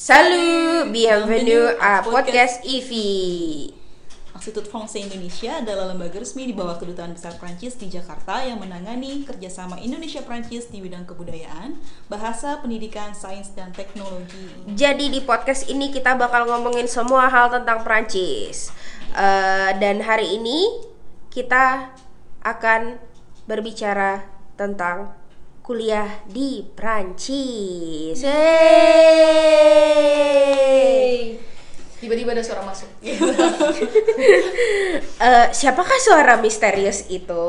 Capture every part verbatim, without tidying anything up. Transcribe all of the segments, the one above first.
Salut, bienvenue à Podcast I V I. Institut Français Indonesia adalah lembaga resmi di bawah Kedutaan Besar Prancis di Jakarta yang menangani kerjasama Indonesia-Prancis di bidang kebudayaan, bahasa, pendidikan, sains, dan teknologi. Jadi di podcast ini kita bakal ngomongin semua hal tentang Prancis. uh, Dan hari ini kita akan berbicara tentang kuliah di Prancis. Hey! Tiba-tiba ada suara masuk. uh, Siapakah suara misterius itu?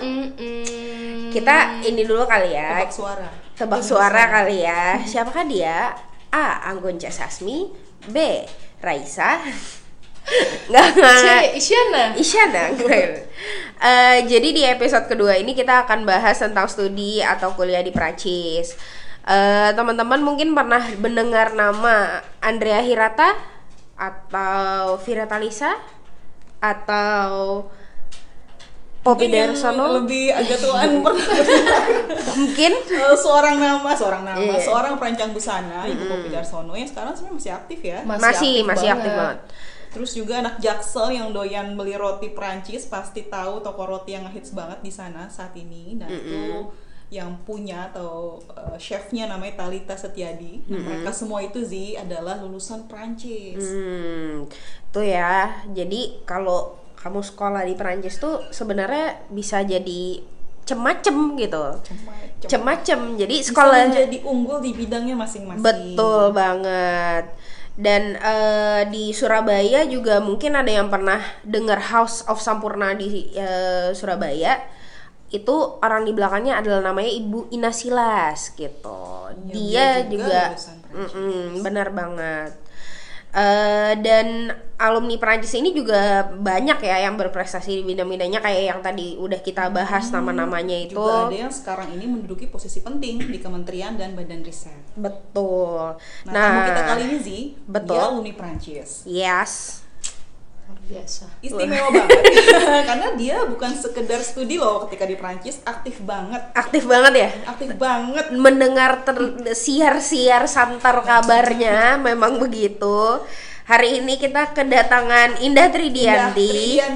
Kita ini dulu kali ya. Tebak suara. Tebak suara kali ya. Siapakah dia? A. Anggun C. Sasmi. B. Raisa. Nggak, nggak. C. Isyana. Isyana. uh, Jadi di episode kedua ini kita akan bahas tentang studi atau kuliah di Prancis. uh, Teman-teman mungkin pernah mendengar nama Andrea Hirata atau Viratalisa atau Poppy Darsono. Lebih agak tuaan pernah. Mungkin uh, seorang nama, seorang nama, yeah. seorang perancang busana, mm. Ibu Poppy Darsono yang sekarang sebenarnya masih aktif ya. Masih masih aktif, masih aktif banget. Terus juga anak Jaksel yang doyan beli roti Prancis pasti tahu toko roti yang hits banget di sana saat ini. Nah, mm-hmm. itu yang punya atau uh, chefnya namanya Talita Setiadi. Nah, mm-hmm. mereka semua itu Zi adalah lulusan Prancis. Hmm, tuh ya. Jadi kalau kamu sekolah di Prancis tuh sebenarnya bisa jadi cem-macem gitu. Cem-macem. Cem-macem. Jadi sekolah bisa menjadi unggul di bidangnya masing-masing. Betul banget. Dan uh, di Surabaya juga mungkin ada yang pernah dengar House of Sampurna di uh, Surabaya. Itu orang di belakangnya adalah namanya Ibu Ina Silas gitu. Ya, dia, dia juga, juga benar banget. Uh, dan alumni Prancis ini juga banyak ya yang berprestasi di bidang-bidangnya kayak yang tadi udah kita bahas hmm, nama-namanya itu. Juga ada yang sekarang ini menduduki posisi penting di kementerian dan badan riset. Betul. Nah, nah kita kali ini Zi, betul. Dia alumni Prancis. Yes. Biasa. Istimewa banget. Karena dia bukan sekedar studi loh ketika di Prancis, aktif banget. Aktif banget ya? Aktif banget. Mendengar ter- siar-siar santar kabarnya memang begitu. Hari ini kita kedatangan Indah Tridianti. Indah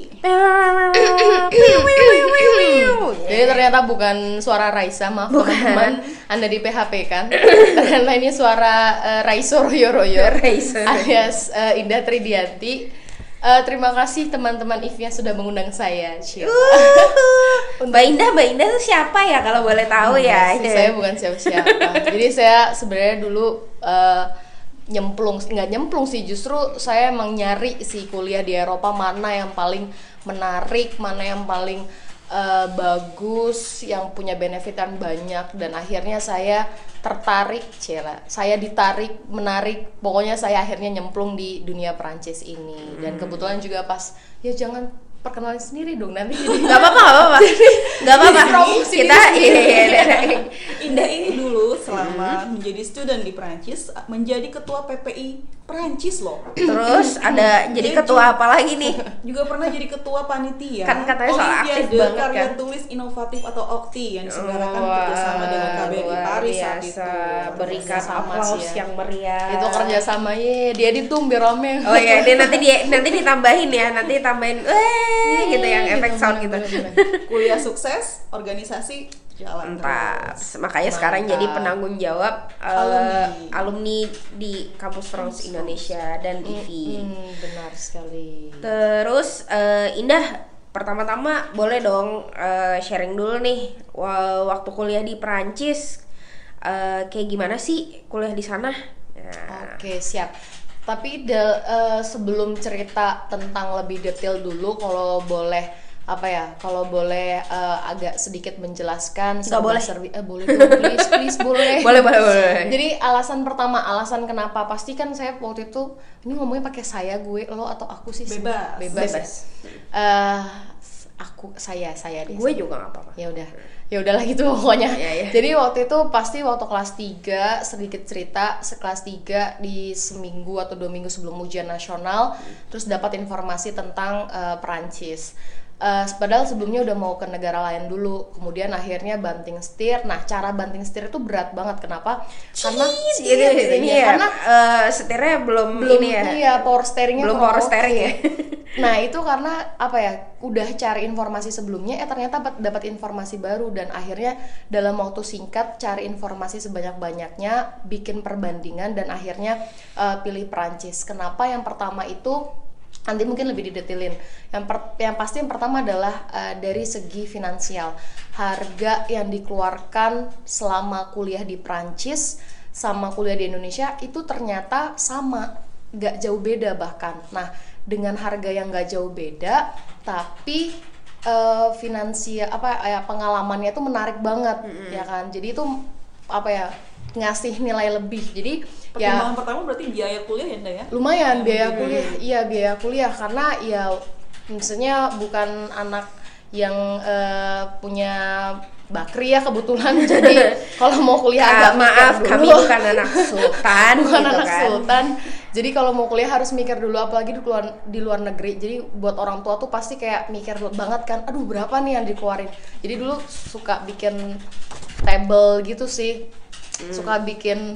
Tridianti. Jadi ternyata bukan suara Raisa, maaf bukan. Teman-teman, Anda di P H P kan. Ternyata ini suara uh, Raiso Royo Royo alias uh, Indah Tridianti. Uh, terima kasih teman-teman I V I yang sudah mengundang saya. Uh, Mbak Indah, Mbak Indah itu siapa ya kalau boleh tahu ya? Sih, saya bukan siapa-siapa. Jadi saya sebenarnya dulu uh, nyemplung, nggak nyemplung sih, justru saya emang nyari sih kuliah di Eropa mana yang paling menarik, mana yang paling uh, bagus, yang punya benefit yang banyak, dan akhirnya saya tertarik, cila, saya ditarik, menarik, pokoknya saya akhirnya nyemplung di dunia Prancis ini. Dan kebetulan juga pas, ya jangan perkenalin sendiri dong nanti. Nggak apa-apa, nggak apa-apa, nggak apa-apa. Kita iya, Indah ini dulu selama hmm. menjadi student di Prancis menjadi ketua P P I Prancis loh. Terus ada jadi ketua apa lagi nih? Juga pernah jadi ketua panitia. Kan katanya soal aktif banget karya kan. Tulis inovatif atau O K T I yang diselenggarakan oh, kerjasama dengan K B R I Paris saat itu. Berikan aplaus ya. Yang meriah. Itu kerjasama ye, dia ditum biar rame. Oh iya, dia nanti dia nanti ditambahin ya, nanti tambahin, eh gitu yang efek sound gitu. Kuliah sukses, organisasi jalan mantap. terus. Makanya mantap. Sekarang jadi penanggung jawab alumni, uh, alumni di Kampus France Indonesia dan I V I. Hmm, benar sekali. Terus uh, Indah, pertama-tama boleh dong uh, sharing dulu nih waktu kuliah di Prancis, uh, kayak gimana sih kuliah di sana? Nah. Oke, siap. Tapi de, uh, sebelum cerita tentang lebih detail dulu, kalau boleh apa ya, kalau boleh uh, agak sedikit menjelaskan. Nggak boleh. Serbi, eh, boleh dong, please, please boleh. boleh, boleh, boleh. Jadi alasan pertama, alasan kenapa, pasti kan saya waktu itu, ini ngomongnya pakai saya, gue, lo, atau aku sih? Bebas. Bebas. Bebas. Uh, aku, saya, saya deh. Gue juga nggak apa-apa. Ya udah. Ya udahlah gitu pokoknya. Ya, ya. Jadi waktu itu pasti waktu kelas tiga, sedikit cerita, sekelas tiga di seminggu atau dua minggu sebelum ujian nasional, hmm. terus dapat informasi tentang uh, Perancis. Uh, padahal sebelumnya udah mau ke negara lain dulu, kemudian akhirnya banting setir. Nah, cara banting setir itu berat banget. Kenapa? Karena ini, ini ya, karena uh, setirnya belum, belum ini ya. Iya, power steeringnya belum power steering ya. Nah, itu karena apa ya? Udah cari informasi sebelumnya, eh ternyata dapat informasi baru, dan akhirnya dalam waktu singkat cari informasi sebanyak-banyaknya, bikin perbandingan, dan akhirnya uh, pilih Perancis. Kenapa? Yang pertama itu nanti mungkin lebih didetilin. Yang per, yang pasti yang pertama adalah uh, dari segi finansial. Harga yang dikeluarkan selama kuliah di Prancis sama kuliah di Indonesia itu ternyata sama, nggak jauh beda bahkan. Nah, dengan harga yang nggak jauh beda, tapi uh, finansial apa ya, pengalamannya itu menarik banget, mm-hmm. ya kan. Jadi itu apa ya, ngasih nilai lebih. Jadi pertimbangan ya, pertama berarti biaya kuliah ya, Nda ya? Lumayan biaya hmm. kuliah, iya biaya kuliah karena ya misalnya bukan anak yang uh, punya bakri ya kebetulan, jadi kalau mau kuliah agak maaf dulu. Kami bukan anak sultan, bukan gitu anak kan. sultan. Jadi kalau mau kuliah harus mikir dulu, apalagi di luar di luar negeri. Jadi buat orang tua tuh pasti kayak mikir banget kan, aduh berapa nih yang dikeluarin. Jadi dulu suka bikin table gitu sih. Hmm. Suka bikin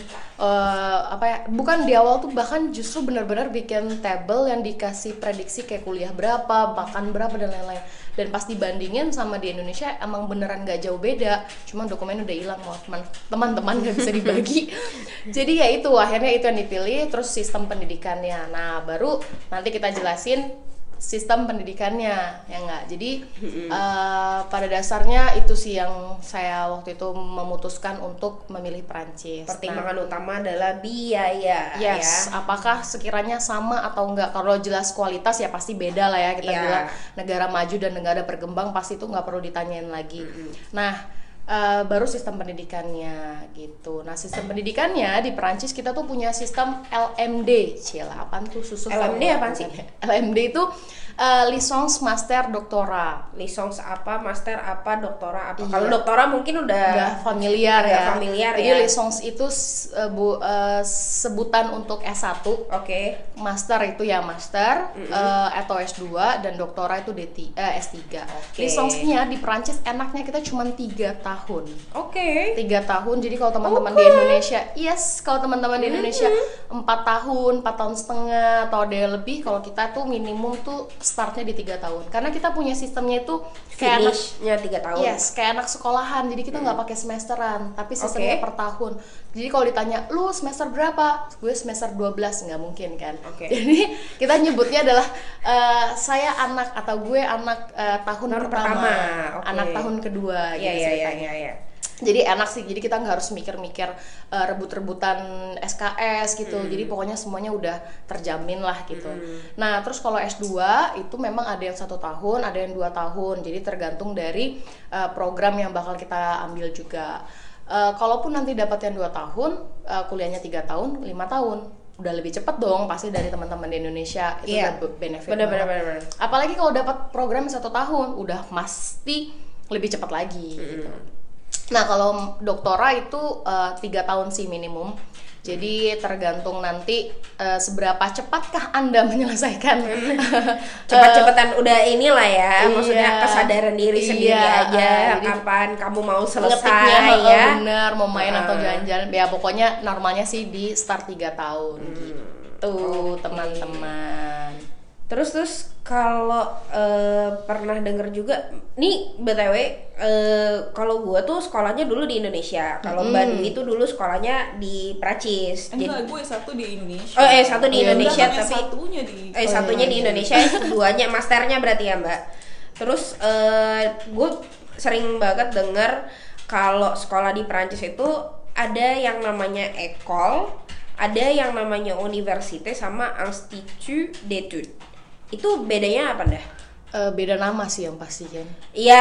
uh, apa ya, bukan di awal tuh, bahkan justru benar-benar bikin table yang dikasih prediksi kayak kuliah berapa, makan berapa, dan lain-lain. Dan pas dibandingin sama di Indonesia emang beneran gak jauh beda, cuma dokumen udah hilang, mau teman-teman gak bisa dibagi. Jadi ya itu, akhirnya itu yang dipilih. Terus sistem pendidikannya, nah baru nanti kita jelasin sistem pendidikannya, ya enggak. Jadi mm-hmm. uh, pada dasarnya itu sih yang saya waktu itu memutuskan untuk memilih Perancis. Pertimbangan nah, utama adalah biaya. Yes, ya. Apakah sekiranya sama atau enggak? Kalau jelas kualitas ya pasti beda lah ya. Kita yeah. bilang negara maju dan negara berkembang pasti itu nggak perlu ditanyain lagi. Mm-hmm. Nah, Uh, baru sistem pendidikannya gitu. Nah, sistem pendidikannya di Perancis kita tuh punya sistem L M D. Cila, apaan tuh susu? L M D apaan sih? L M D itu uh, licence master doktora. Licence apa, master apa, doktora apa? Iya. Kalau doktora mungkin udah, udah familiar udah ya. familiar Jadi ya. licence itu uh, bu, uh, sebutan untuk S satu. Oke. Okay. Master itu ya master, mm-hmm. uh, atau S dua, dan doktora itu D tiga, uh, S tiga. Okay. Licence-nya di Perancis enaknya kita cuma tiga tahun. Oke. Okay. Tiga tahun. Jadi kalau teman-teman okay. di Indonesia, yes, kalau teman-teman di Indonesia empat tahun, empat tahun setengah atau ada yang lebih. Kalau kita tuh minimum tuh startnya di tiga tahun. Karena kita punya sistemnya itu kayak finishnya tiga tahun. Yes, kayak anak sekolahan. Jadi kita nggak hmm. pakai semesteran, tapi sistemnya okay. per tahun. Jadi kalau ditanya, lu semester berapa? Gue semester dua belas, nggak mungkin kan. Okay. Jadi kita nyebutnya adalah uh, saya anak atau gue anak uh, tahun, tahun pertama, pertama. Okay. Anak tahun kedua. Iya gitu iya iya. Ya. Jadi enak sih, jadi kita nggak harus mikir-mikir uh, rebut-rebutan S K S gitu. Mm. Jadi pokoknya semuanya udah terjamin lah gitu. Mm. Nah terus kalau S dua itu memang ada yang satu tahun, ada yang dua tahun. Jadi tergantung dari uh, program yang bakal kita ambil juga. Uh, kalaupun nanti dapat yang dua tahun, uh, kuliahnya tiga tahun, lima tahun, udah lebih cepet dong pasti dari teman-teman di Indonesia. Itu yeah. udah benefit bener, banget. Bener, bener. Apalagi kalau dapat program satu tahun, udah pasti lebih cepat lagi. Mm. Gitu. Nah kalau doktora itu uh, tiga tahun sih minimum. Jadi tergantung nanti uh, seberapa cepatkah Anda menyelesaikan. Cepet-cepetan udah inilah ya, iya, maksudnya kesadaran diri iya, sendiri aja. Uh, kapan kamu mau selesai ya? Bener, mau main uh. atau jalan-jalan. Ya pokoknya normalnya sih di start tiga tahun hmm. gitu, okay. teman-teman. Terus terus kalau uh, pernah denger juga nih B T W uh, kalau gue tuh sekolahnya dulu di Indonesia. Kalau hmm. Mbak Dwi itu dulu sekolahnya di Perancis. Enggak, gue satu di Indonesia. Oh, eh satu di ya, Indonesia tapi satunya di Eh oh, satunya iya, di Indonesia, keduanya masternya berarti ya, Mbak. Terus uh, gue sering banget denger kalau sekolah di Perancis itu ada yang namanya école, ada yang namanya université sama institut d'études. Itu bedanya apa dah? Uh, beda nama sih yang pasti kan. Iya.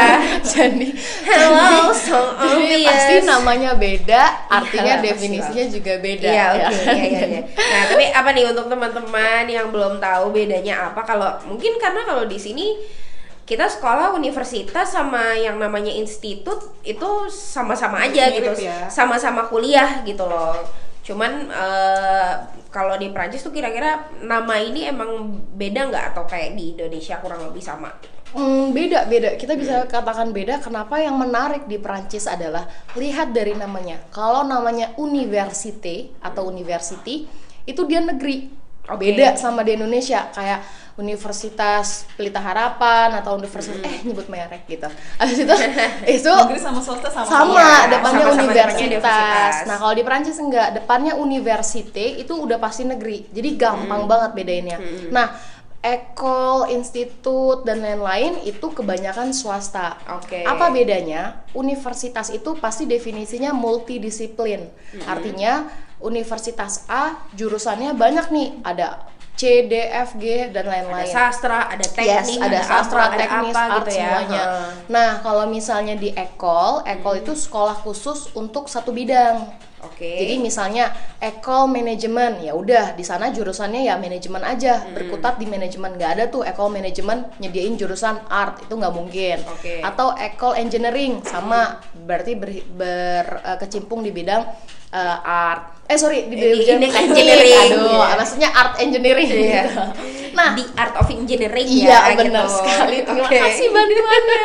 Jadi hello so obvious. Pasti namanya beda, artinya ya, definisinya juga beda. Iya, oke. Okay. Ya, ya, ya. Nah, tapi apa nih untuk teman-teman yang belum tahu bedanya apa? Kalau mungkin karena kalau di sini kita sekolah universitas sama yang namanya institut itu sama-sama aja mirip gitu. Ya. Sama-sama kuliah gitu loh. Cuman uh, kalau di Prancis tuh kira-kira nama ini emang beda nggak atau kayak di Indonesia kurang lebih sama? Hmm, beda beda kita bisa katakan beda. Kenapa? Yang menarik di Perancis adalah lihat dari namanya. Kalau namanya université atau university itu dia negeri, Oke. beda sama di Indonesia kayak Universitas Pelita Harapan atau Universitas eh nyebut merek gitu. Habis itu itu Negeri sama swasta sama sama Ya, depannya sama-sama universitas. depannya universitas. Nah kalau di Perancis enggak, depannya université itu udah pasti negeri. Jadi gampang banget bedainnya. Nah Ekol, institut, dan lain-lain itu kebanyakan swasta. Oke. Apa bedanya? Universitas itu pasti definisinya multidisiplin. Artinya universitas A jurusannya banyak nih, ada C, D, F, G, dan Ada lain-lain. sastra, ada teknik, Yes, ada sastra, apa, ada teknis, apa art, gitu ya. semuanya. Heeh. Nah, kalau misalnya di ekol, ekol itu sekolah khusus untuk satu bidang. Oke. Jadi misalnya ekol manajemen, ya udah di sana jurusannya ya manajemen aja, berkutat di manajemen. Nggak ada tuh ekol manajemen nyediain jurusan art, itu nggak mungkin. Oke. Atau ekol engineering sama, berarti ber, ber- eh, kecimpung di bidang eh, art. Eh sorry di Di bidang ini teknik. engineering, Aduh, iya. maksudnya art engineering. Iya. Gitu. Nah, di Art of Engineering iya ya benar gitu. sekali. Terima Oke. kasih bantuannya.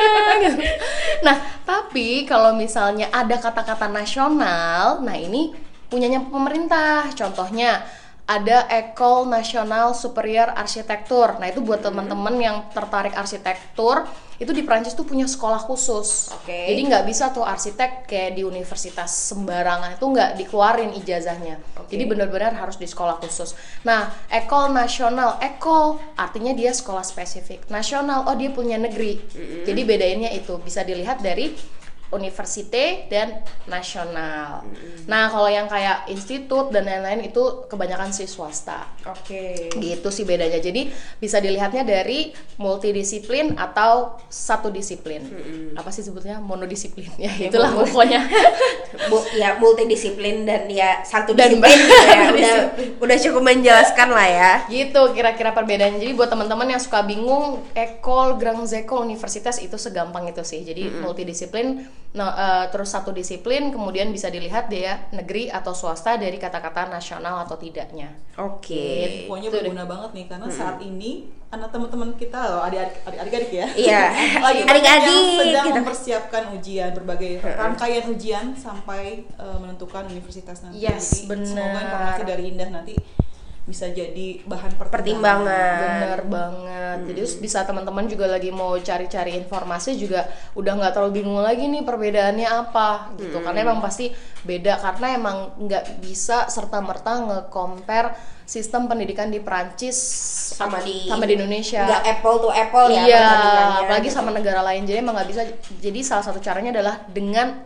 Nah, tapi kalau misalnya ada kata-kata nasional, nah ini punyanya pemerintah. Contohnya ada École Nationale Supérieure Architecture. Nah, itu buat teman-teman yang tertarik arsitektur, itu di Prancis tuh punya sekolah khusus. Oke. Jadi nggak bisa tuh arsitek kayak di universitas sembarangan, itu nggak dikeluarin ijazahnya. Oke. Jadi benar-benar harus di sekolah khusus. Nah, École Nationale, École artinya dia sekolah spesifik. Nasional, oh dia punya negeri. Jadi bedainnya itu bisa dilihat dari université dan nasional. Nah, kalau yang kayak institut dan lain-lain itu kebanyakan sih swasta. Oke. Gitu sih bedanya. Jadi bisa dilihatnya dari multidisiplin atau satu disiplin. Apa sih sebutnya? Monodisiplin. Ya, Ya, itulah mono- pokoknya. Bu- ya multidisiplin dan ya satu Dan disiplin gitu ya. Udah disiplin. udah cukup menjelaskan lah ya. Gitu kira-kira perbedaannya. Jadi buat teman-teman yang suka bingung, École Grandes Écoles Universitas itu segampang itu sih. Jadi multidisiplin, nah, eh, terus satu disiplin, kemudian bisa dilihat dia negeri atau swasta dari kata-kata nasional atau tidaknya. Oke. Pokoknya Itu berguna banget nih karena saat ini anak teman-teman kita loh, adik-adik adik-adik ya. Iya. Lagi banyak Adik-adik yang sedang kita- mempersiapkan ujian, berbagai rangkaian ujian sampai eh, menentukan universitas nanti. Yes, Jadi, semoga benar. informasi dari Indah nanti bisa jadi bahan pertimbangan. Pertimbangan. Bener banget. Jadi terus bisa teman-teman juga lagi mau cari-cari informasi juga udah nggak terlalu bingung lagi nih perbedaannya apa gitu. Karena emang pasti beda karena emang nggak bisa serta merta nge-compare sistem pendidikan di Prancis Sama di sama di Indonesia. Nggak apple to apple ya Iya, perbandingannya apalagi gitu. sama negara lain. Jadi emang nggak bisa. Jadi salah satu caranya adalah dengan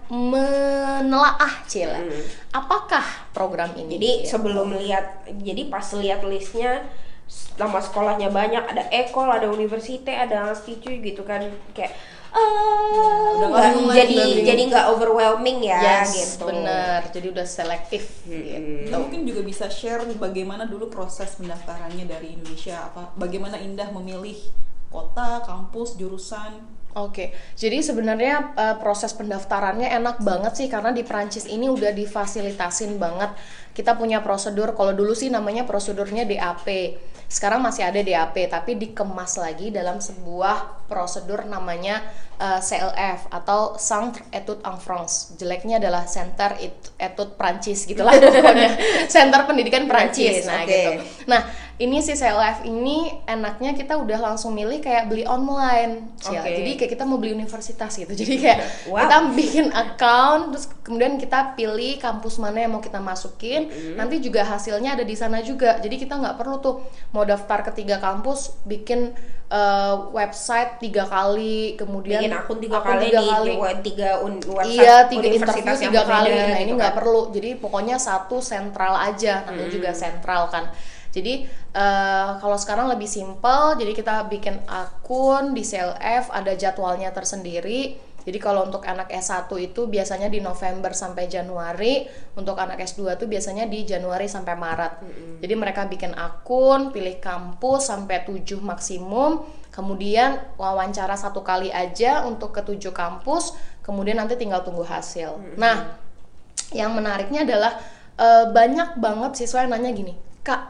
menelaah cila. Apakah program ini? Jadi Gitu. sebelum lihat, jadi pas lihat listnya nama sekolahnya banyak, ada ekol, ada université, ada institut gitu kan, kayak ah udah nggak- bingung lagi, jadi udah bingung. jadi nggak overwhelming ya Yes, gitu. bener. Jadi udah selektif. Gitu. Indah mungkin juga bisa share bagaimana dulu proses pendaftarannya dari Indonesia, apa bagaimana Indah memilih kota, kampus, jurusan. Oke, jadi sebenarnya uh, proses pendaftarannya enak banget sih karena di Prancis ini udah difasilitasin banget. Kita punya prosedur, kalau dulu sih namanya prosedurnya D A P. Sekarang masih ada D A P tapi dikemas lagi dalam sebuah prosedur namanya uh, C L F atau Centre Études en France. Jeleknya adalah Center Études Prancis gitulah pokoknya. Center Pendidikan Prancis. Prancis, Nah, oke. gitu. Nah, ini si C L F ini enaknya kita udah langsung milih kayak beli online. Cia. Oke. Jadi kayak kita mau beli universitas gitu. Jadi kayak Wow. kita bikin account terus kemudian kita pilih kampus mana yang mau kita masukin. Nanti juga hasilnya ada di sana juga. Jadi kita nggak perlu tuh mau daftar ke tiga kampus bikin uh, website tiga kali, kemudian Bikin akun tiga akun kali tiga di kali. di- tiga un- website Iya, tiga universitas interview yang tiga kali. berbeda Nah, gitu ini nggak kan. perlu. Jadi pokoknya satu sentral aja, namanya juga sentral kan. Jadi eh, kalau sekarang lebih simple. Jadi kita bikin akun di C L F, ada jadwalnya tersendiri. Jadi kalau untuk anak S satu itu biasanya di November sampai Januari, untuk anak S dua itu biasanya di Januari sampai Maret. Jadi mereka bikin akun, pilih kampus sampai tujuh maksimum, kemudian wawancara satu kali aja untuk ketujuh kampus, kemudian nanti tinggal tunggu hasil. Nah, yang menariknya adalah eh, banyak banget siswa yang nanya gini, Kak,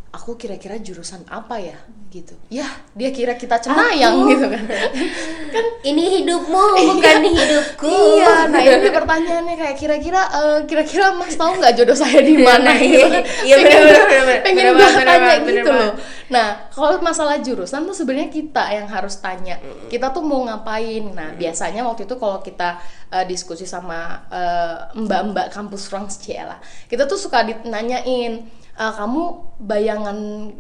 aku kira-kira jurusan apa ya gitu. Ya, dia kira kita cenayang gitu kan. Kan ini hidupmu bukan hidupku. Iya, nah ini pertanyaannya kayak kira-kira uh, kira-kira Mas tahu nggak jodoh saya di mana gitu kan. Iya benar benar. Pengen gue tanya gitu loh. Nah, kalau masalah jurusan tuh sebenarnya kita yang harus tanya. Kita tuh mau ngapain? Nah, biasanya waktu itu kalau kita uh, diskusi sama uh, mbak-mbak kampus France C L A, kita tuh suka ditanyain, Uh, kamu bayangan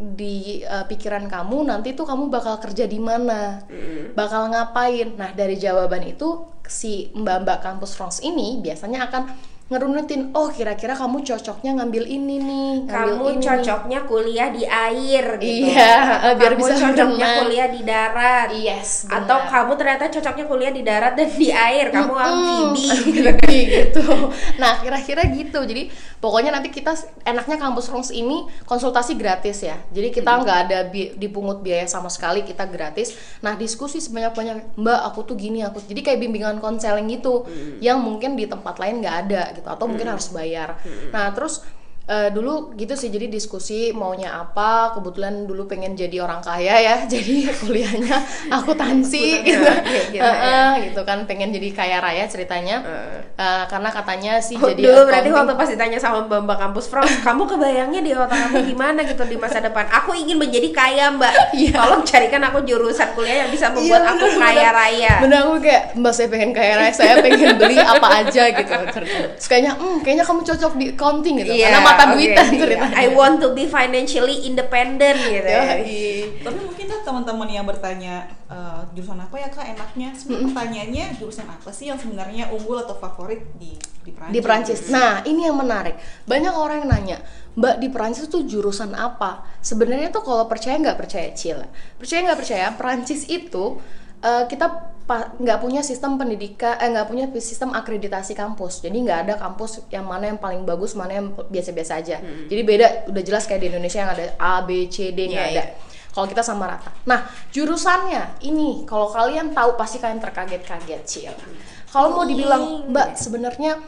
di uh, pikiran kamu nanti tuh kamu bakal kerja di mana, mm. bakal ngapain. Nah dari jawaban itu si mbak-mbak kampus France ini biasanya akan ngerunutin, oh kira-kira kamu cocoknya ngambil ini nih, ngambil kamu ini cocoknya nih. Kuliah di air gitu. Iya, uh, biar kamu bisa cocoknya berenang. kuliah di darat. Yes, benar. Atau kamu ternyata cocoknya kuliah di darat dan di air, kamu Mm-mm, amfibi amfibi gitu. Nah kira-kira gitu. Jadi pokoknya nanti kita enaknya kampus France ini konsultasi gratis ya. Jadi kita nggak hmm. ada bi- dipungut biaya sama sekali, kita gratis. Nah diskusi sebanyak-banyak, Mbak aku tuh gini aku. Jadi kayak bimbingan konseling gitu, hmm. yang mungkin di tempat lain nggak ada gitu, atau hmm. mungkin harus bayar. Hmm. Nah terus Uh, dulu gitu sih, jadi diskusi maunya apa. Kebetulan dulu pengen jadi orang kaya ya, jadi kuliahnya akuntansi gitu, gitu, uh, uh, gitu kan, pengen jadi kaya raya ceritanya. uh. Uh, karena katanya sih oh, jadi dulu berarti waktu pas ditanya sama mbak-mbak kampus France, kamu kebayangnya di otak kamu gimana gitu di masa depan? Aku ingin menjadi kaya mbak, tolong carikan aku jurusan kuliah yang bisa membuat iya, aku bener, kaya bener. raya. Bener, aku kayak mbak saya pengen kaya raya, saya pengen beli apa aja gitu. Terus kayaknya, hmm, kayaknya kamu cocok di accounting gitu, yeah. karena mata duitan okay. ceritanya. I want to be financially independent gitu ya. Tapi mungkin kan teman-teman yang bertanya uh, jurusan apa ya kak enaknya, sebenarnya mm-hmm. pertanyaannya jurusan apa sih yang sebenarnya unggul atau favorit di di Perancis? Di Perancis. Nah ini yang menarik. Banyak orang yang nanya, Mbak di Perancis tuh jurusan apa? Sebenarnya tuh kalau percaya nggak percaya Cil, percaya nggak percaya, Perancis itu uh, kita nggak punya sistem pendidikan, eh nggak punya sistem akreditasi kampus. Jadi nggak ada kampus yang mana yang paling bagus, mana yang biasa-biasa aja. Hmm. Jadi beda, udah jelas kayak di Indonesia yang ada A, B, C, D, nggak yeah, ada. Yeah. Kalau kita sama rata. Nah jurusannya ini, kalau kalian tahu pasti kalian terkaget-kaget sih. Kalau mau dibilang, Mbak sebenarnya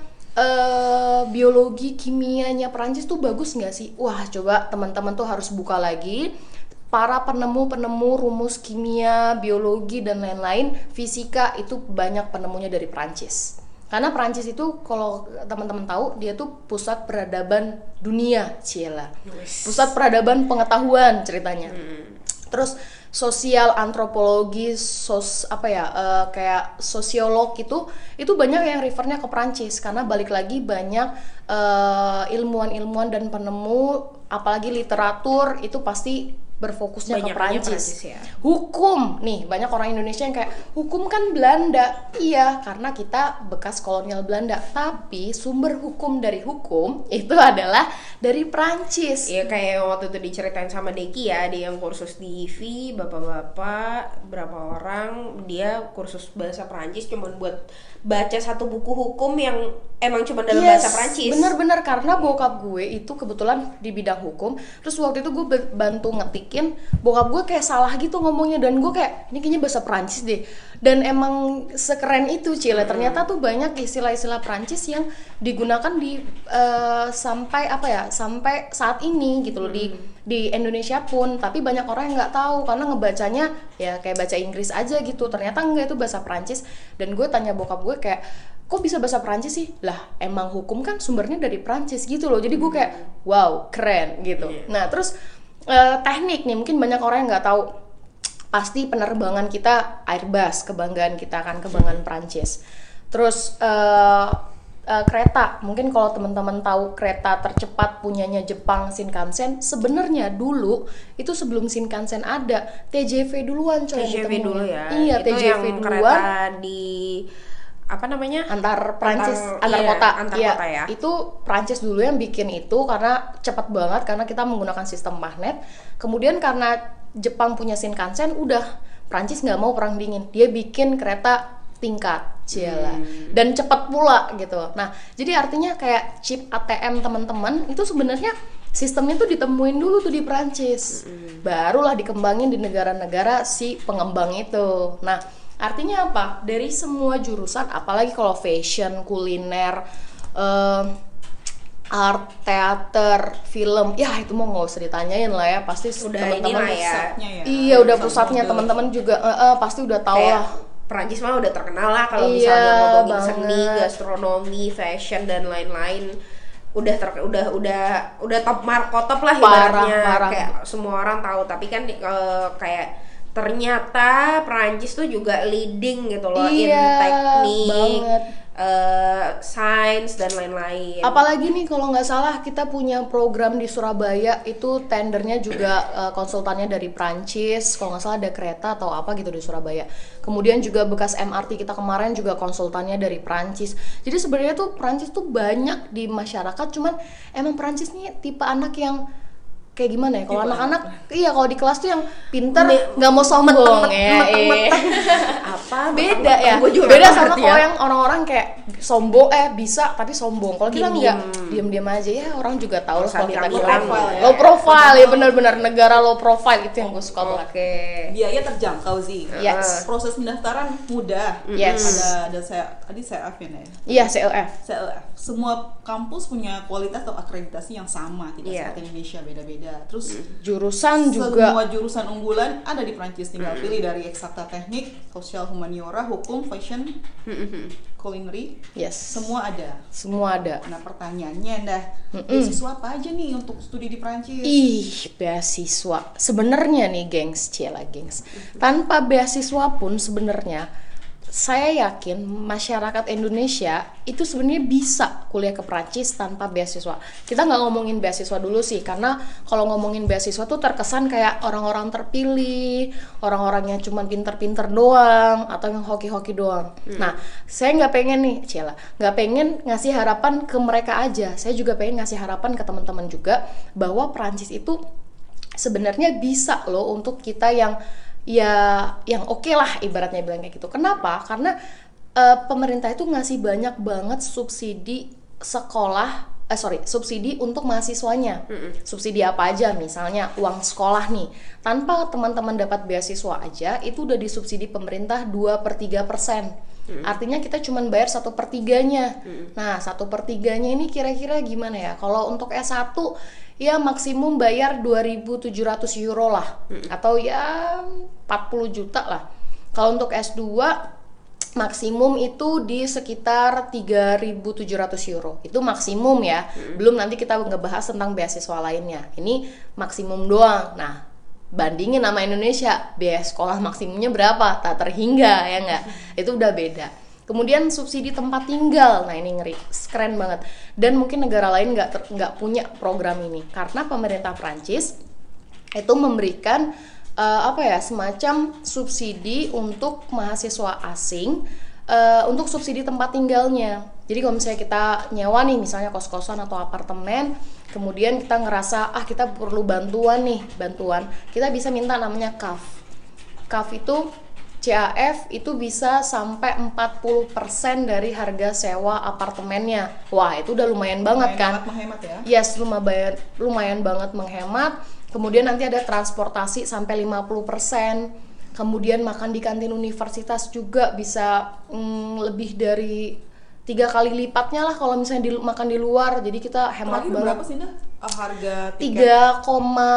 uh, biologi kimianya Perancis tuh bagus nggak sih? Wah coba teman-teman tuh harus buka lagi. Para penemu-penemu rumus kimia, biologi, dan lain-lain, fisika itu banyak penemunya dari Perancis. Karena Perancis itu kalau teman-teman tahu, dia tuh pusat peradaban dunia, Ciela. Pusat peradaban pengetahuan ceritanya. Hmm. Terus sosial antropologi, sos apa ya, uh, kayak sosiolog itu, itu banyak yang refernya ke Perancis. Karena balik lagi banyak uh, ilmuwan-ilmuwan dan penemu, apalagi literatur itu pasti berfokusnya banyak ke Perancis. Ya. Hukum, nih banyak orang Indonesia yang kayak hukum kan Belanda, iya karena kita bekas kolonial Belanda. Tapi sumber hukum dari hukum itu adalah dari Perancis. Iya kayak waktu itu diceritain sama Deki ya, dia yang kursus di I V I, bapak-bapak berapa orang dia kursus bahasa Perancis cuman buat baca satu buku hukum yang emang cuma dalam yes, bahasa Perancis. Bener-bener karena bokap gue itu kebetulan di bidang hukum. Terus waktu itu gue bantu ngetikin, bokap gue kayak salah gitu ngomongnya dan gue kayak ini kayaknya bahasa Perancis deh. Dan emang sekeren itu Cile. Ternyata tuh banyak istilah-istilah Perancis yang digunakan di uh, sampai apa ya sampai saat ini gitu loh hmm. di di Indonesia pun. Tapi banyak orang yang nggak tahu karena ngebacanya ya kayak baca Inggris aja gitu. Ternyata enggak, itu bahasa Perancis. Dan gue tanya bokap gue kayak kok bisa bahasa Perancis sih? Lah emang hukum kan sumbernya dari Perancis gitu loh. Jadi gue kayak wow keren gitu. Yeah. Nah terus uh, teknik nih mungkin banyak orang yang nggak tahu. Pasti penerbangan kita Airbus, kebanggaan kita kan, kebanggaan Perancis. Terus uh, uh, kereta, mungkin kalau teman-teman tahu kereta tercepat punyanya Jepang Shinkansen, sebenarnya dulu itu sebelum Shinkansen ada T J V duluan coy. T J V dulu ya. Iya, itu T J V yang duluan. Kereta di apa namanya antar Prancis antar, antar iya, kota antar iya, kota ya itu Prancis dulu yang bikin itu karena cepat banget karena kita menggunakan sistem magnet. Kemudian karena Jepang punya Shinkansen, udah Prancis nggak mau perang dingin, dia bikin kereta tingkat Ciela hmm. dan cepat pula gitu. Nah jadi artinya kayak chip A T M teman-teman itu sebenarnya sistemnya tuh ditemuin dulu tuh di Prancis, hmm. barulah dikembangin di negara-negara si pengembang itu. Nah artinya apa? Dari semua jurusan, apalagi kalau fashion, kuliner, uh, art, teater, film, ya itu mau nggak usah ditanyain lah ya, pasti Udah teman-teman inilah ya. Pusatnya ya. iya udah Pusat pusatnya, mode. teman-teman juga eh, eh, pasti udah tahu Kayak lah. Perancis mah udah terkenal lah kalau Iya, misalnya ngomongin seni, banget. gastronomi, fashion dan lain-lain. Udah ter udah udah udah top markotop lah Parah, ibaratnya. parah. Kayak semua orang tahu, tapi kan eh, kayak ternyata Perancis tuh juga leading gitu loh in Iya, teknik, banget. eh, sains dan lain-lain. Apalagi nih kalau nggak salah kita punya program di Surabaya itu tendernya juga uh, konsultannya dari Prancis, kalau nggak salah ada kereta atau apa gitu di Surabaya. Kemudian juga bekas M R T kita kemarin juga konsultannya dari Prancis. Jadi sebenarnya tuh Prancis tuh banyak di masyarakat, cuman emang Prancis nih tipe anak yang kayak gimana ya, kalau Tipe anak-anak iya kalau di kelas tuh yang pinter Me- nggak mau sombong Meteng, ya meteng, eh. meteng. Apa Beda ya, Gua juga beda nggak sama ngerti kalau ya. yang orang-orang kayak sombong eh bisa tapi sombong. Kalau kita Diem-diem. enggak, diam-diam aja ya, orang juga tahu lah Usah kalau kita bilang bilang profile ya. low profile ya, benar-benar negara low profile itu yang gue suka banget. Oke. Biaya terjangkau sih. Yes. Proses pendaftaran mudah. Yes. Ada ada saya tadi saya Afin ya. Iya, C L F. C L F. Semua kampus punya kualitas atau akreditasi yang sama, tidak Iya. seperti Indonesia, beda-beda. Terus Jurusan juga semua jurusan unggulan ada di Prancis, tinggal pilih dari eksakta teknik, sosial humaniora, hukum, fashion, culinary, yes. semua ada. Semua ada. Nah pertanyaannya dah, Mm-mm. beasiswa apa aja nih untuk studi di Prancis? Ih, beasiswa. Sebenarnya nih, gengs, ciela gengs. Tanpa beasiswa pun sebenarnya saya yakin masyarakat Indonesia itu sebenarnya bisa kuliah ke Prancis tanpa beasiswa. Kita nggak ngomongin beasiswa dulu sih, karena kalau ngomongin beasiswa tuh terkesan kayak orang-orang terpilih, orang-orang yang cuma pinter-pinter doang, atau yang hoki-hoki doang. Nah, saya nggak pengen nih, Ciela, nggak pengen ngasih harapan ke mereka aja. Saya juga pengen ngasih harapan ke teman-teman juga bahwa Prancis itu sebenarnya bisa loh untuk kita yang ya yang oke okay lah ibaratnya bilang kayak gitu. Kenapa? Karena uh, pemerintah itu ngasih banyak banget subsidi sekolah, eh sorry subsidi untuk mahasiswanya. Mm-mm. Subsidi apa aja? Misalnya uang sekolah nih, tanpa teman-teman dapat beasiswa aja itu udah disubsidi pemerintah dua per tiga persen. Mm-mm. Artinya kita cuma bayar satu per tiganya. Mm-mm. Nah satu per tiganya ini kira-kira gimana ya? Kalau untuk S satu ya maksimum bayar dua ribu tujuh ratus euro lah, hmm. atau ya empat puluh juta lah. Kalau untuk S dua maksimum itu di sekitar tiga ribu tujuh ratus euro. Itu maksimum ya. Hmm. Belum nanti kita ngebahas tentang beasiswa lainnya. Ini maksimum doang. Nah, bandingin sama Indonesia, biaya sekolah maksimumnya berapa? Tak terhingga ya enggak? Itu udah beda. Kemudian subsidi tempat tinggal, nah ini ngeri, keren banget. Dan mungkin negara lain nggak nggak punya program ini, karena pemerintah Prancis itu memberikan uh, apa ya semacam subsidi untuk mahasiswa asing uh, untuk subsidi tempat tinggalnya. Jadi kalau misalnya kita nyewa nih, misalnya kos-kosan atau apartemen, kemudian kita ngerasa ah kita perlu bantuan nih, bantuan, kita bisa minta namanya C A F. C A F itu C A F itu bisa sampai empat puluh persen dari harga sewa apartemennya. Wah, itu udah lumayan banget lumayan kan? Banget menghemat ya. Yes, lumayan lumayan banget menghemat. Kemudian nanti ada transportasi sampai lima puluh persen. Kemudian makan di kantin universitas juga bisa mm, lebih dari tiga kali lipatnya lah kalau misalnya di, makan di luar. Jadi kita hemat Terakhir banget. berapa sih Nda? Oh, harga tiket tiga koma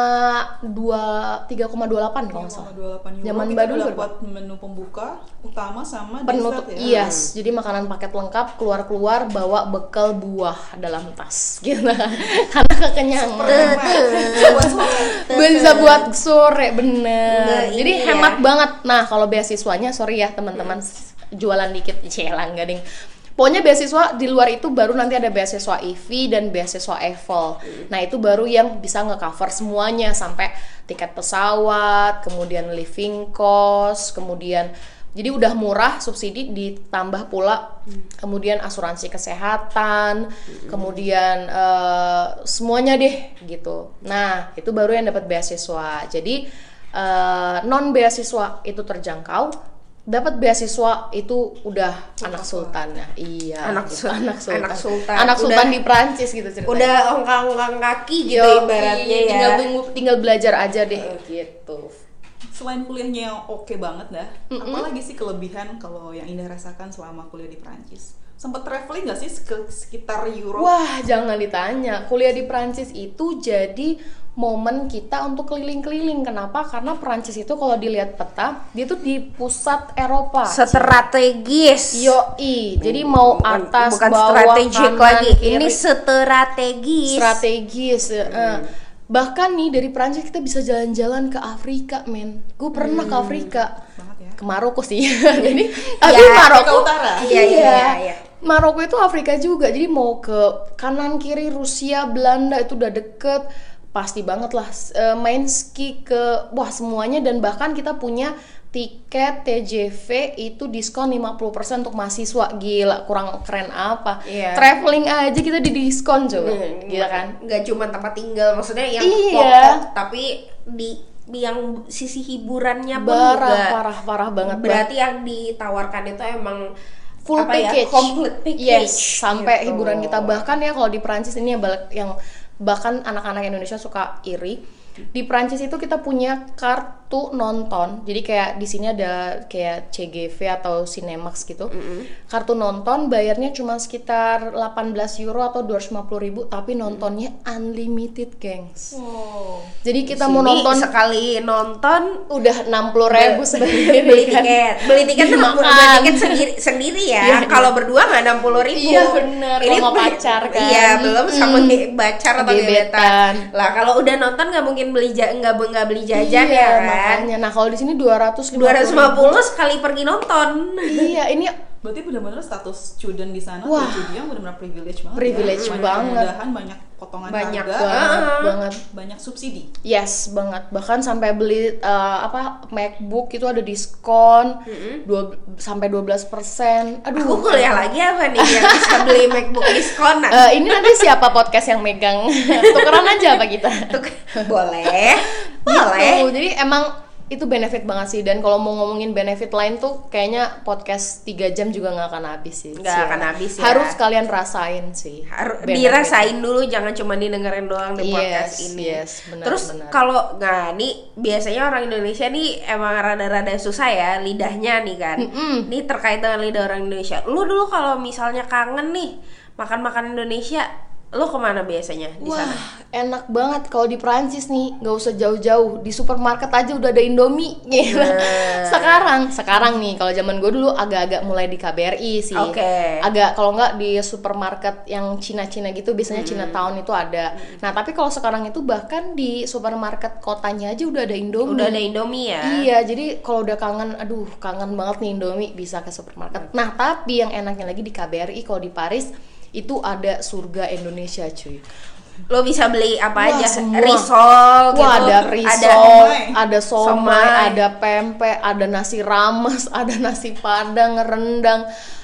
dua tiga koma dua delapan kalau nggak salah. tiga koma dua delapan euro. Zaman Kita Badung dapat menu pembuka utama sama penutup, dessert ya. yes, jadi makanan paket lengkap, keluar-keluar bawa bekal buah dalam tas gitu karena kekenyangan Buat sore. bisa buat sore bener. Nah, Jadi ini hemat ya. banget. Nah kalau beasiswanya sorry ya teman-teman, jualan dikit celang gading. Pokoknya beasiswa di luar itu baru nanti ada beasiswa I V dan beasiswa E F L. Nah itu baru yang bisa nge-cover semuanya sampai tiket pesawat, kemudian living cost, kemudian jadi udah murah, subsidi ditambah pula kemudian asuransi kesehatan, kemudian uh, semuanya deh gitu. Nah itu baru yang dapat beasiswa. Jadi uh, non beasiswa itu terjangkau. Dapat beasiswa itu udah anak sultan ya. Iya. Anak gitu. sul- anak sultan. anak sultan. Anak sultan Udah- di Prancis gitu ceritanya. Udah ongkang-ongkang kaki gitu Yo, ibaratnya ya. tinggal tunggu- tinggal belajar aja deh gitu. Selain kuliahnya yang oke banget dah, apalagi sih kelebihan kalau yang Indah rasakan selama kuliah di Prancis? Sempet traveling nggak sih ke sekitar Eropa? Wah, jangan ditanya. Kuliah di Prancis itu jadi momen kita untuk keliling-keliling. Kenapa? Karena Prancis itu kalau dilihat peta, dia tuh di pusat Eropa. Strategis. Yoi. Jadi mau Bukan- atas, bukan bawah, strategik kanan, lagi. kiri. Ini strategis. Strategis. eh. Bahkan nih dari Prancis kita bisa jalan-jalan ke Afrika, men. Gue pernah ke Afrika. Banget ya. Ke Maroko sih. Jadi tapi Ya, Maroko Afrika Utara. Iya, iya, iya, iya. Maroko itu Afrika juga. Jadi mau ke kanan kiri Rusia, Belanda itu udah deket. Pasti banget lah. E, main ski ke wah semuanya, dan bahkan kita punya tiket T J V itu diskon lima puluh persen untuk mahasiswa. Gila, kurang keren apa? Iya. Traveling aja kita di diskon coba. Hmm, Gila kan? Nggak cuma tempat tinggal, maksudnya yang Iya. pokok, tapi di di yang sisi hiburannya pun Parah, juga parah, parah banget. berarti yang ditawarkan itu emang Full apa ya, package. complete package. Yes, sampai gitu. hiburan kita. Bahkan ya kalau di Prancis ini yang balik yang bahkan anak-anak Indonesia suka iri. Di Prancis itu kita punya kartu nonton. Jadi kayak di sini ada kayak C G V atau Cinemax gitu. Mm-hmm. Kartu nonton bayarnya cuma sekitar delapan belas euro atau dua ratus lima puluh ribu, tapi nontonnya unlimited, gengs. Wow. Jadi kita Di mau sini nonton sekali nonton udah enam puluh ribu beli, sendiri beli kan. tiket, beli tiket kan Dimakan. beli tiket sendiri sendiri ya. Iya, Kalau berdua nggak enam puluh ribu. Iya, bener. Kalau sama pacar kan. Iya, belum sama Mm. ge- pacar atau Gebetan. gebetan. Lah kalau udah nonton nggak mungkin beli ja- nggak nggak beli jajan Iya, ya kan. makanya. Nah kalau di sini dua ratus dua ratus lima puluh sekali pergi nonton. Iya, ini Berarti benar-benar status student di sana, Wah. tuh yang benar-benar privilege banget. Privilege ya. Banyak banget. kemudahan, banyak potongan Banyak harga, banget. banget, banget. banyak subsidi. Yes, banget. Bahkan sampai beli uh, apa MacBook itu ada diskon dua sampai dua belas persen. Aduh. Aku kuliah lagi apa nih yang bisa beli MacBook diskonan? Eh, ini nanti siapa podcast yang megang? Tukeran aja apa kita? Boleh, boleh. Gitu. Jadi emang itu benefit banget sih, dan kalau mau ngomongin benefit lain tuh kayaknya podcast tiga jam juga nggak akan habis sih. Nggak Sih. akan habis ya. Harus kalian rasain sih. Harus benefit. dirasain dulu, jangan cuma didengerin doang di podcast Yes, ini. yes, benar, Terus benar. kalau nggak nih biasanya orang Indonesia nih emang rada-rada susah ya lidahnya nih kan. Mm-mm. Nih terkait dengan lidah orang Indonesia. Lu dulu kalau misalnya kangen nih makan makan Indonesia, lu kemana biasanya di Wah, sana? enak banget kalau di Prancis nih, nggak usah jauh-jauh, di supermarket aja udah ada Indomie. Gila. Nah. Sekarang, sekarang nih, kalau zaman gue dulu agak-agak mulai di K B R I sih. Oke. Agak kalau nggak di supermarket yang Cina-Cina gitu, biasanya Hmm. Chinatown itu ada. Nah, tapi kalau sekarang itu bahkan di supermarket kotanya aja udah ada Indomie. Udah ada Indomie ya? Iya, jadi kalau udah kangen, aduh kangen banget nih Indomie, bisa ke supermarket. Nah, tapi yang enaknya lagi di K B R I kalau di Paris itu ada surga Indonesia, cuy. Lo bisa beli apa Wah, aja? semua. Risol gitu. Wah, ada risol, somai. ada somai, Somai. ada pempek, ada nasi rames, ada nasi padang, rendang,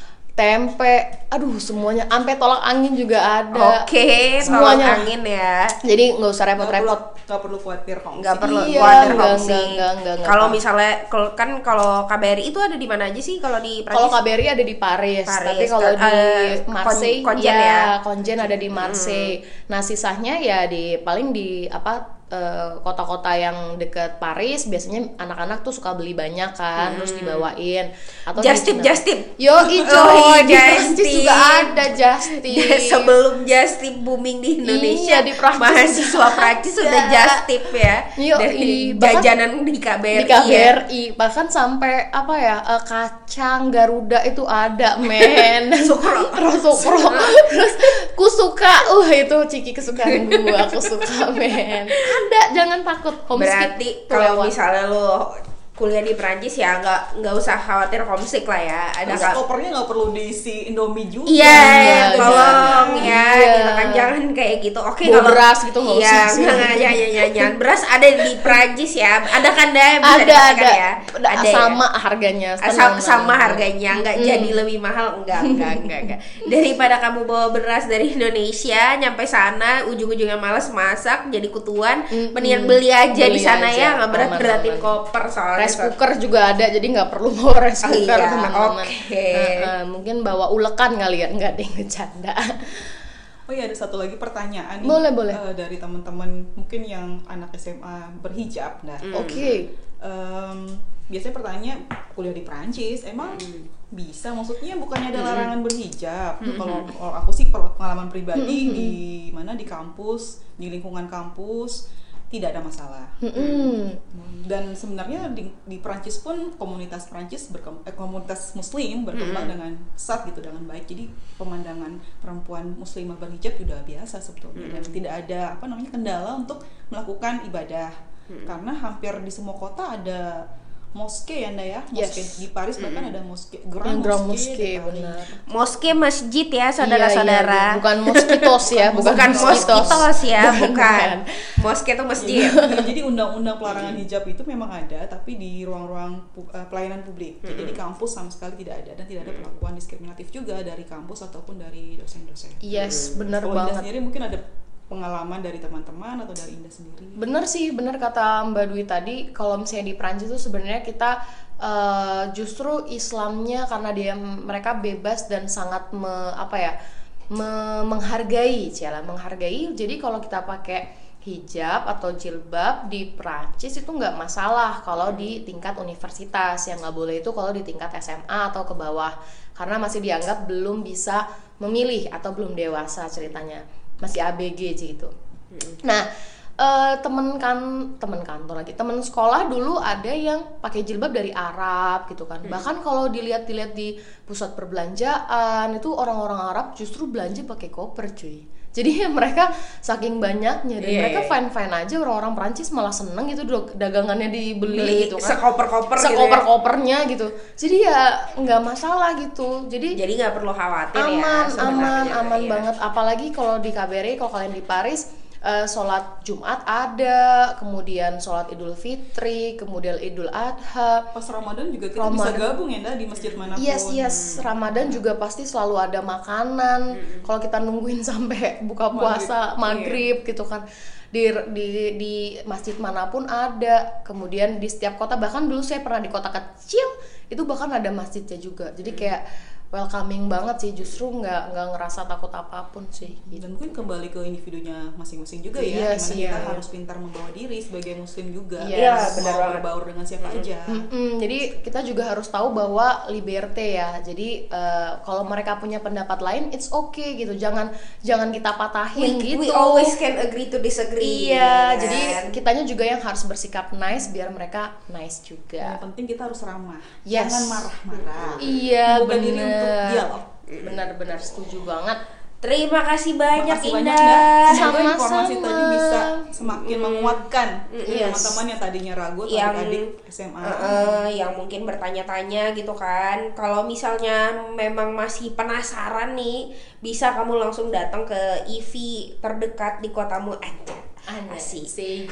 tempe, aduh semuanya, sampai tolak angin juga ada. Oke, semuanya. tolak angin ya. Jadi nggak usah Nggak perlu, repot-repot. nggak perlu khawatir homesick. Nggak perlu Iya, khawatir nggak, homesick. nggak, nggak, nggak, nggak Kalau apa. misalnya kalau- kan kalau K B R I itu ada di mana aja sih kalau di Kalau Prancis? K B R I ada di Paris, Paris, tapi kalau kan, di eh, Marseille Kon- Konjen ya, ya. Konjen ada di Marseille. Nah, sisanya ya di paling di apa eh, kota-kota yang deket Paris, biasanya anak-anak tuh suka beli banyak kan, terus dibawain atau Just tip, di- just tip. Yo, ijo, Oh, di Just Prancis Tip. juga ada just tip. Sebelum just tip booming di Indonesia, Iya, di Prancis mahasiswa juga Prancis ada. sudah just tip ya. Yo, Dari i- bahkan jajanan di K B R I. di K B ya. R I bahkan sampai apa ya eh, kacang Garuda itu ada, men. Sukro. Terus sukro. Terus ku suka, uh itu ciki kesukaan gua, aku suka, men. Ada, jangan takut. Homesick Berarti kalau lewat. misalnya lo kuliah di Prancis ya nggak nggak usah khawatir homesick lah ya. Ada Terus ka- kopernya nggak perlu diisi Indomie juga. Iya, Iya, tolong iya. ya, Iya. gitu kan jangan kayak gitu. Oke, Bawa kalau beras gitu nggak iya, usah sih. nggak, nggak, ya, ya, ya, jangan beras ada di Prancis ya. Ada kan dah yang bisa ada dikatakan ada, ya. ada ya? sama harganya, Ah, tenang, sama, sama tenang. harganya nggak jadi lebih mahal, enggak enggak enggak enggak. Daripada kamu bawa beras dari Indonesia nyampe sana ujung-ujungnya malas masak jadi kutuan, mendingan beli aja Beli di sana aja, ya, nggak berat-beratin aman-aman. koper soalnya. Rice cooker juga ada, jadi nggak perlu bawa rice Oh cooker, iya, teman-teman. oke. Nah, eh, mungkin bawa ulekan kali ya, nggak deh, ngecanda. Oh Oh iya, ada satu lagi pertanyaan nih. Boleh, boleh. Uh, dari teman-teman mungkin yang anak S M A berhijab. Nah, mm. oke. Okay. Um, biasanya pertanyaan, kuliah di Prancis emang mm. bisa? Maksudnya bukannya ada larangan mm. berhijab? Mm. Kalau kalau aku sih pengalaman pribadi mm. di mana di kampus, di lingkungan kampus tidak ada masalah. Mm. Dan sebenarnya di, di Prancis pun komunitas Prancis berkem, eh, komunitas Muslim berkembang mm. dengan pesat gitu, dengan baik. Jadi pemandangan perempuan muslimah berhijab sudah biasa sebetulnya mm. dan tidak ada apa namanya kendala untuk melakukan ibadah. Mm. Karena hampir di semua kota ada moske ya Nda ya, moske yes. Di Paris bahkan mm. ada moske, grand moske, moske benar. Moske masjid ya saudara-saudara. Iya, iya, bukan moskitos ya, bukan, bukan moskitos. moskitos ya, bukan. Moske itu masjid. Ya, jadi undang-undang pelarangan hijab itu memang ada, tapi di ruang-ruang uh, pelayanan publik. Mm. Jadi di kampus sama sekali tidak ada dan tidak ada perlakuan diskriminatif juga dari kampus ataupun dari dosen-dosen. Yes, benar Kalau banget. Indah sendiri mungkin ada pengalaman dari teman-teman atau dari Indah sendiri? Bener sih, bener kata Mbak Dwi tadi. Kalau misalnya di Prancis tuh sebenarnya kita uh, justru Islamnya karena dia mereka bebas dan sangat me, apa ya me, menghargai, ciala menghargai. Jadi kalau kita pakai hijab atau jilbab di Prancis itu nggak masalah kalau di tingkat universitas. Yang nggak boleh itu kalau di tingkat S M A atau ke bawah, karena masih dianggap belum bisa memilih atau belum dewasa ceritanya. Masih A B G gitu. Hmm. Nah, uh, temen kan temen kantor lagi, temen sekolah dulu ada yang pakai jilbab dari Arab gitu kan. Hmm. Bahkan kalau dilihat-dilihat di pusat perbelanjaan itu orang-orang Arab justru belanja pakai koper, cuy. Jadi mereka saking banyaknya dan yeah. mereka fine-fine aja, orang-orang Prancis malah seneng gitu dagangannya dibeli Beli gitu kan. Sekoper-koper gitu. Sekoper-kopernya gitu. Jadi ya nggak masalah gitu. Jadi jadi nggak perlu khawatir aman, ya. Aman, aman ya. banget. Apalagi kalau di K B R I, kalau kalian di Paris, uh, sholat Jumat ada, kemudian sholat Idul Fitri, kemudian Idul Adha. Pas Ramadan juga kita Ramadan. Bisa gabung ya, Nda, di masjid manapun. Yes, yes. Hmm. Ramadan juga pasti selalu ada makanan. Hmm. Kalau kita nungguin sampai buka puasa maghrib, maghrib gitu kan. Di, di di masjid manapun ada. Kemudian di setiap kota, bahkan dulu saya pernah di kota kecil itu bahkan ada masjidnya juga. Jadi kayak welcoming banget sih, justru nggak nggak ngerasa takut apapun sih gitu. Dan mungkin kembali ke individunya masing-masing juga iya, ya, dimana sih, kita iya. harus pintar membawa diri sebagai muslim juga. Iya, yes. benar banget. Berbaur dengan siapa mm-hmm. aja. Mm-hmm. Jadi kita juga harus tahu bahwa liberté ya. Jadi uh, kalau mereka punya pendapat lain, it's okay gitu. Jangan jangan kita patahin we, gitu. We always can agree to disagree. Iya, kan? Jadi kitanya juga yang harus bersikap nice biar mereka nice juga. Yang penting kita harus ramah. Yes. Jangan marah-marah. Iya, Bukan diri untuk dialog. Benar-benar setuju banget. Terima kasih banyak Makasih Indah. Banyak, Semoga informasi tadi bisa semakin hmm. menguatkan yes. teman-teman yang tadinya ragu atau yang, adik S M A. Uh, uh, yang mungkin bertanya-tanya gitu kan. Kalau misalnya memang masih penasaran nih, bisa kamu langsung datang ke I V terdekat di kotamu. Asik.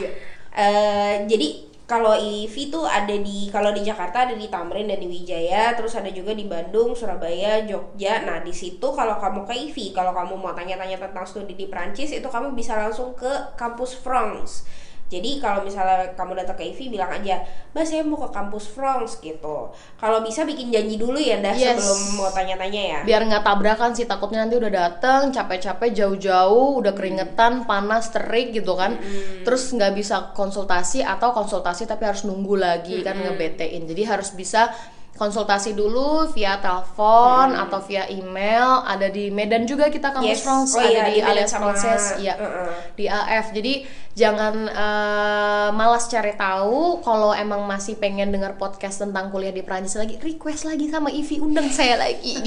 Uh, jadi kalau I V tuh ada di, kalau di Jakarta ada di Tamrin dan di Wijaya, terus ada juga di Bandung, Surabaya, Jogja. Nah di situ kalau kamu ke I V, kalau kamu mau tanya-tanya tentang studi di Prancis, itu kamu bisa langsung ke kampus France. Jadi kalau misalnya kamu datang ke I V, bilang aja, Mbak saya mau ke kampus France gitu. Kalau bisa bikin janji dulu ya dah yes. sebelum mau tanya-tanya ya. Biar nggak tabrakan sih, takutnya nanti udah dateng capek-capek jauh-jauh, udah keringetan, panas, terik gitu kan. Hmm. Terus nggak bisa konsultasi atau konsultasi tapi harus nunggu lagi hmm. kan ngebetein. Jadi harus bisa konsultasi dulu via telepon hmm. atau via email. Ada di Medan juga kita kampus yes. France, oh, ada iya, di, di Alliance Française, ya uh-uh. di A F. Jadi jangan uh, malas cari tahu. Kalau emang masih pengen dengar podcast tentang kuliah di Prancis lagi, request lagi sama I V, undang saya lagi.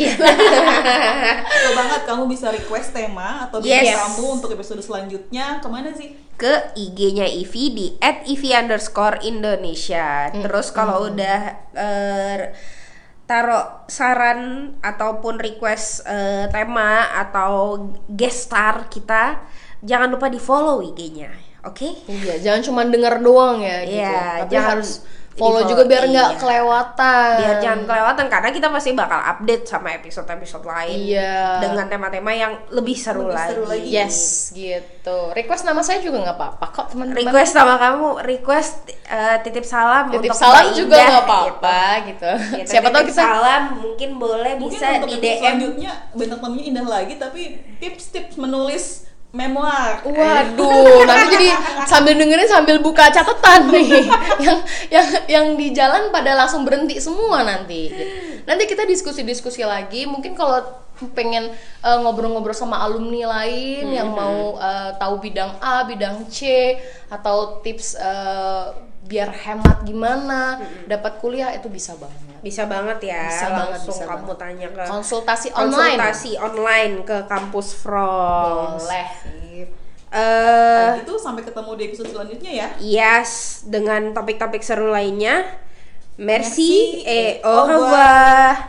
Betul banget, kamu bisa request tema atau yes. bintang tamu untuk episode selanjutnya. Kemana sih? Ke I G-nya I V di at I V underscore Indonesia. Terus kalau mm-hmm. udah uh, taruh saran ataupun request uh, tema atau guest star kita, jangan lupa di follow I G-nya, oke? Okay? Iya, jangan cuma denger doang ya gitu. Iya, tapi jangan harus follow juga biar nggak iya. kelewatan. Biar jangan kelewatan karena kita pasti bakal update sama episode-episode lain iya. dengan tema-tema yang lebih seru, lebih lagi. seru lagi. Yes, gitu. Request nama saya juga nggak apa-apa kok teman-teman. Request nama kamu, request eh, titip salam Titip untuk salam Mbak juga Indah, nggak apa-apa gitu. gitu. Ya, Siapa tahu titip kita salam mungkin boleh Mungkin bisa untuk di episode D M. selanjutnya bintang tamunya Indah lagi, tapi tips-tips menulis memoir. Waduh, nanti jadi sambil dengerin sambil buka catatan nih. yang yang yang di jalan pada langsung berhenti semua nanti. Nanti kita diskusi-diskusi lagi. Mungkin kalau pengen uh, ngobrol-ngobrol sama alumni lain hmm. yang mau uh, tahu bidang A, bidang C, atau tips uh, biar hemat gimana hmm. dapat kuliah, itu bisa banget. Bisa banget ya, bisa langsung banget, bisa kamu banget. tanya ke konsultasi online. Konsultasi online ke kampus Frogs. Boleh. Eh, Nah, itu sampai ketemu di episode selanjutnya ya. Yes, dengan topik-topik seru lainnya. Merci, Merci et et au au revoir. revoir.